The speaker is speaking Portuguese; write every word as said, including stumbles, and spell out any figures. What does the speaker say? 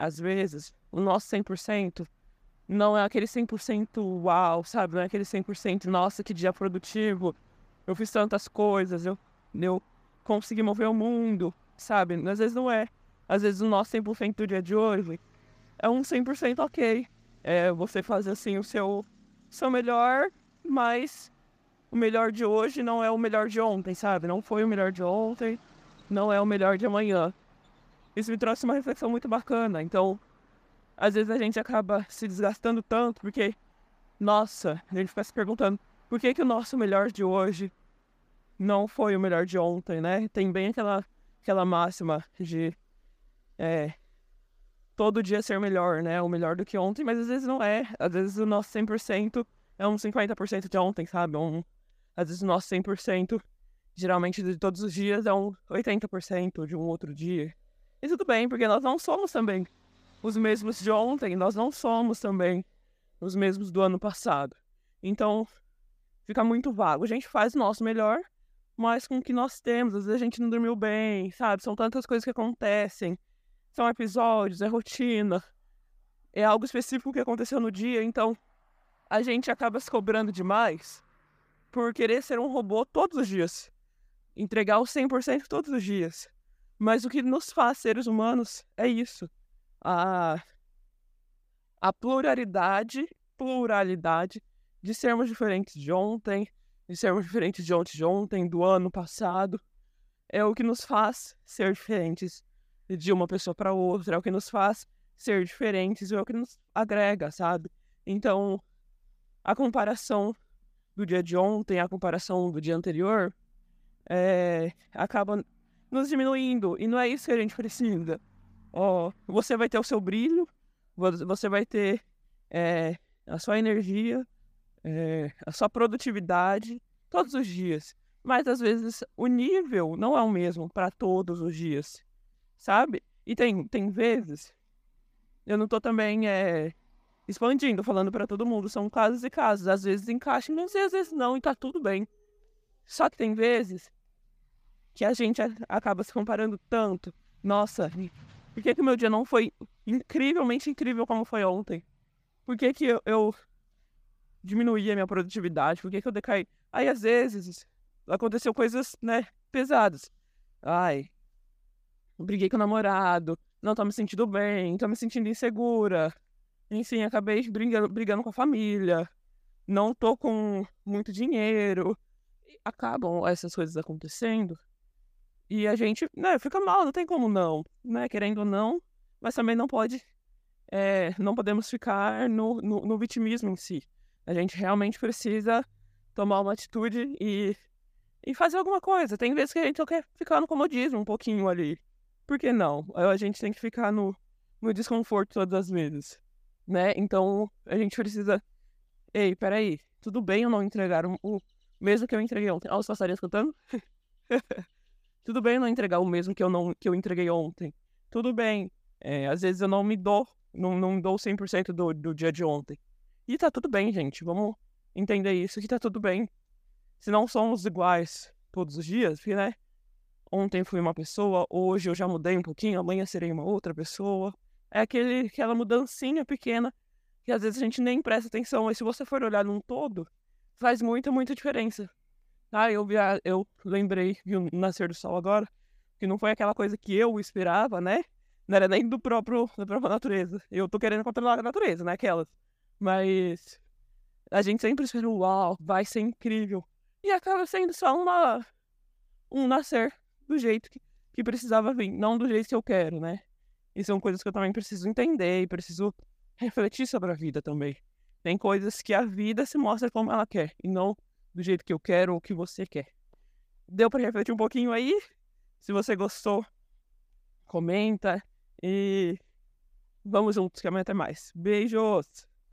às vezes, o nosso cem por cento não é aquele cem por cento uau, sabe? Não é aquele cem por cento, nossa, que dia produtivo, eu fiz tantas coisas, eu, eu consegui mover o mundo, sabe? Às vezes não é. Às vezes o nosso cem por cento do dia de hoje é um cem por cento ok. É você fazer assim o seu, seu melhor, mas o melhor de hoje não é o melhor de ontem, sabe? Não foi o melhor de ontem, não é o melhor de amanhã. Isso me trouxe uma reflexão muito bacana. Então, às vezes a gente acaba se desgastando tanto porque, nossa, a gente fica se perguntando por que que o nosso melhor de hoje não foi o melhor de ontem, né? Tem bem aquela, aquela máxima de é, todo dia ser melhor, né? O melhor do que ontem, mas às vezes não é. Às vezes o nosso cem por cento é um cinquenta por cento de ontem, sabe? Um, às vezes o nosso cem por cento, geralmente de todos os dias, é um oitenta por cento de um outro dia. E tudo bem, porque nós não somos também os mesmos de ontem, nós não somos também os mesmos do ano passado. Então, fica muito vago. A gente faz o nosso melhor, mas com o que nós temos. Às vezes a gente não dormiu bem, sabe? São tantas coisas que acontecem. São episódios, é rotina, é algo específico que aconteceu no dia. Então, a gente acaba se cobrando demais por querer ser um robô todos os dias. Entregar o cem por cento todos os dias. Mas o que nos faz seres humanos é isso. A, a pluralidade, pluralidade de sermos diferentes de ontem, de sermos diferentes de ontem, de ontem, do ano passado, é o que nos faz ser diferentes de uma pessoa para outra, é o que nos faz ser diferentes, é o que nos agrega, sabe? Então, a comparação do dia de ontem, a comparação do dia anterior, é, acaba nos diminuindo, e não é isso que a gente precisa. Ó, você vai ter o seu brilho, você vai ter é, a sua energia, é, a sua produtividade todos os dias. Mas às vezes o nível não é o mesmo para todos os dias, sabe? E tem, tem vezes, eu não tô também é, expandindo, falando para todo mundo, são casos e casos. Às vezes encaixa, mas às vezes não, e tá tudo bem. Só que tem vezes que a gente a- acaba se comparando tanto. Nossa, por que que o meu dia não foi incrivelmente incrível como foi ontem? Por que que eu, eu diminuí a minha produtividade? Por que que eu decaí? Aí, às vezes, aconteceu coisas, né, pesadas. Ai, briguei com o namorado, não tô me sentindo bem, tô me sentindo insegura. Enfim, acabei brigando, brigando com a família, não tô com muito dinheiro. E acabam essas coisas acontecendo e a gente, né, fica mal, não tem como não, né, querendo ou não, mas também não pode, é, não podemos ficar no, no, no vitimismo em si. A gente realmente precisa tomar uma atitude e, e fazer alguma coisa. Tem vezes que a gente só quer ficar no comodismo um pouquinho ali. Por que não? A gente tem que ficar no, no desconforto todas as vezes, né? Então a gente precisa. Ei, peraí, tudo bem eu não entregar o, o mesmo que eu entreguei ontem. Olha os passarinhos cantando. Tudo bem eu não entregar o mesmo que eu, não, que eu entreguei ontem. Tudo bem. É, às vezes eu não me dou, não, não dou cem por cento do, do dia de ontem. E tá tudo bem, gente. Vamos entender isso, que tá tudo bem. Se não somos iguais todos os dias, porque, né? Ontem fui uma pessoa, hoje eu já mudei um pouquinho, amanhã serei uma outra pessoa. É aquele, aquela mudancinha pequena que às vezes a gente nem presta atenção, mas se você for olhar num todo, faz muita, muita diferença. Ah, eu, via... eu lembrei de um nascer do sol agora, que não foi aquela coisa que eu esperava, né? Não era nem do próprio, da própria natureza. Eu tô querendo controlar a natureza, né? Aquelas. Mas a gente sempre espera, uau, vai ser incrível. E acaba sendo só uma, um nascer do jeito que, que precisava vir, não do jeito que eu quero, né? E são coisas que eu também preciso entender e preciso refletir sobre a vida também. Tem coisas que a vida se mostra como ela quer, e não do jeito que eu quero ou que você quer. Deu para refletir um pouquinho aí? Se você gostou, comenta e vamos juntos, que amanhã até mais. Beijos!